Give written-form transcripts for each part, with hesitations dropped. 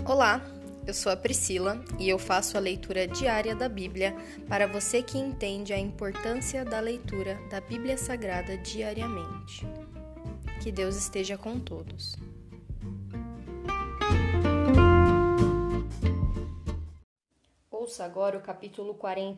Olá, eu sou a Priscila e eu faço a leitura diária da Bíblia para você que entende a importância da leitura da Bíblia Sagrada diariamente. Que Deus esteja com todos. Ouça agora o capítulo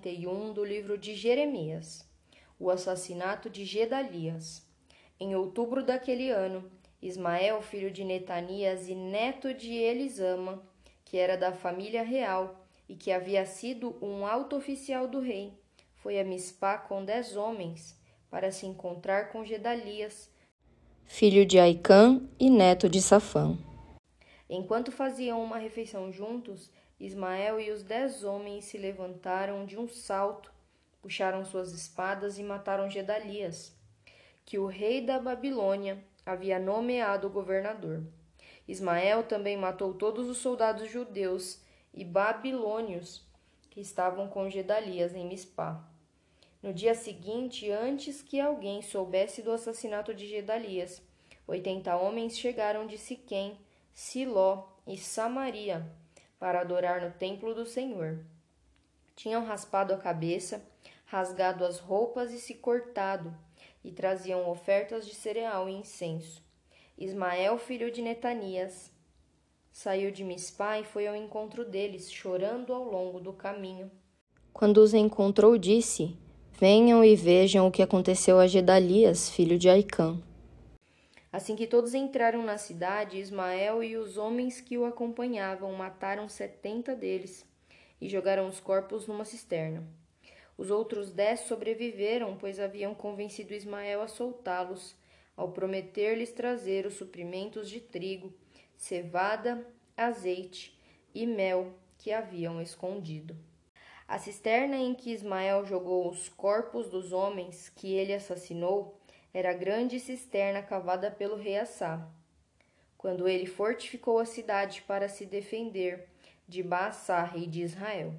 41 do livro de Jeremias, o assassinato de Gedalias. Em outubro daquele ano, Ismael, filho de Netanias e neto de Elisama, que era da família real e que havia sido um alto oficial do rei, foi a Mispá com 10 homens para se encontrar com Gedalias, filho de Aicã e neto de Safã. Enquanto faziam uma refeição juntos, Ismael e os 10 homens se levantaram de um salto, puxaram suas espadas e mataram Gedalias, que o rei da Babilônia havia nomeado governador. Ismael também matou todos os soldados judeus e babilônios que estavam com Gedalias em Mispá. No dia seguinte, antes que alguém soubesse do assassinato de Gedalias, 80 homens chegaram de Siquém, Siló e Samaria para adorar no templo do Senhor. Tinham raspado a cabeça, rasgado as roupas e se cortado, e traziam ofertas de cereal e incenso. Ismael, filho de Netanias, saiu de Mispá e foi ao encontro deles, chorando ao longo do caminho. Quando os encontrou, disse: Venham e vejam o que aconteceu a Gedalias, filho de Aicã. Assim que todos entraram na cidade, Ismael e os homens que o acompanhavam mataram 70 deles e jogaram os corpos numa cisterna. Os outros 10 sobreviveram, pois haviam convencido Ismael a soltá-los, ao prometer-lhes trazer os suprimentos de trigo, cevada, azeite e mel que haviam escondido. A cisterna em que Ismael jogou os corpos dos homens que ele assassinou era a grande cisterna cavada pelo rei Assá, quando ele fortificou a cidade para se defender de Baassá, rei de Israel.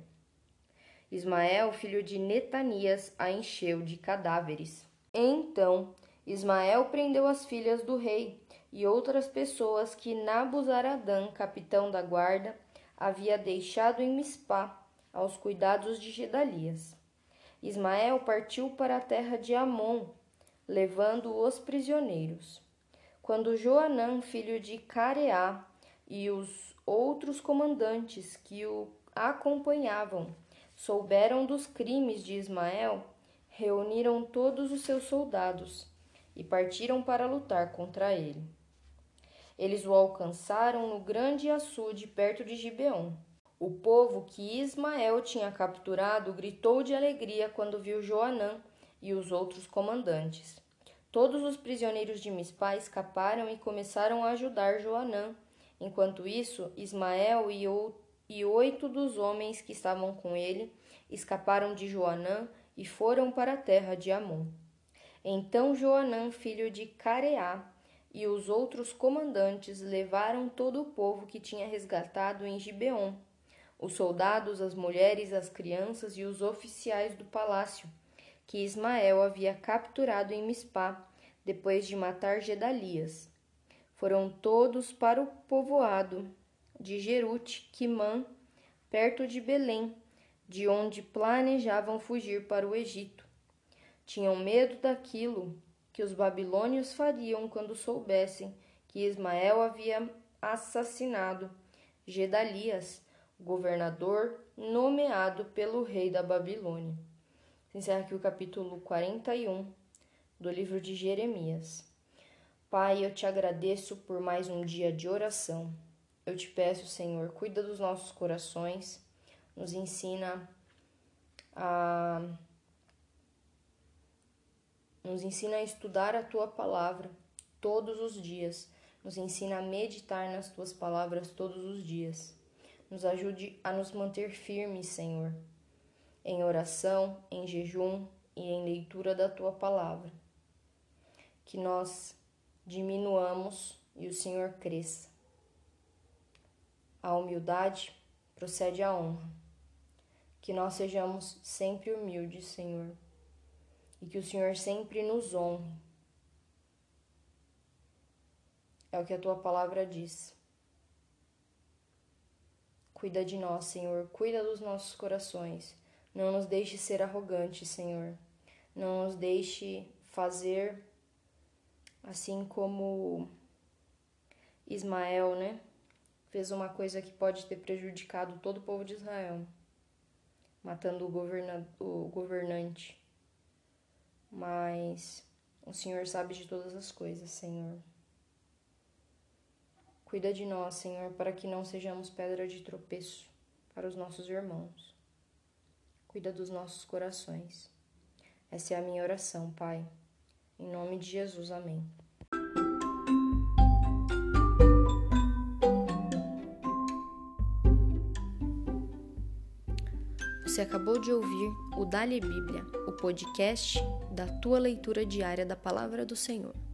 Ismael, filho de Netanias, a encheu de cadáveres. Então, Ismael prendeu as filhas do rei e outras pessoas que Nabuzaradã, capitão da guarda, havia deixado em Mispá, aos cuidados de Gedalias. Ismael partiu para a terra de Amon, levando os prisioneiros. Quando Joanã, filho de Careá, e os outros comandantes que o acompanhavam souberam dos crimes de Ismael, reuniram todos os seus soldados e partiram para lutar contra ele. Eles o alcançaram no grande açude perto de Gibeon. O povo que Ismael tinha capturado gritou de alegria quando viu Joanã e os outros comandantes. Todos os prisioneiros de Mispá escaparam e começaram a ajudar Joanã. Enquanto isso, Ismael e 8 dos homens que estavam com ele escaparam de Joanã e foram para a terra de Amon. Então Joanã, filho de Careá, e os outros comandantes levaram todo o povo que tinha resgatado em Gibeon, os soldados, as mulheres, as crianças e os oficiais do palácio, que Ismael havia capturado em Mispá, depois de matar Gedalias. Foram todos para o povoado de Jerute-Quimã, perto de Belém, de onde planejavam fugir para o Egito. Tinham medo daquilo que os babilônios fariam quando soubessem que Ismael havia assassinado Gedalias, o governador nomeado pelo rei da Babilônia. Se encerra aqui o capítulo 41 do livro de Jeremias. Pai, eu te agradeço por mais um dia de oração. Eu te peço, Senhor, cuida dos nossos corações, nos ensina a estudar a tua palavra todos os dias. Nos ensina a meditar nas tuas palavras todos os dias. Nos ajude a nos manter firmes, Senhor, em oração, em jejum e em leitura da tua palavra. Que nós diminuamos e o Senhor cresça. A humildade procede à honra. Que nós sejamos sempre humildes, Senhor, e que o Senhor sempre nos honre. É o que a tua palavra diz. Cuida de nós, Senhor. Cuida dos nossos corações. Não nos deixe ser arrogantes, Senhor. Não nos deixe fazer assim como Ismael, né? Fez uma coisa que pode ter prejudicado todo o povo de Israel, matando o governante. Mas o Senhor sabe de todas as coisas, Senhor. Cuida de nós, Senhor, para que não sejamos pedra de tropeço para os nossos irmãos. Cuida dos nossos corações. Essa é a minha oração, Pai. Em nome de Jesus, amém. Você acabou de ouvir o Dali Bíblia, o podcast da tua leitura diária da Palavra do Senhor.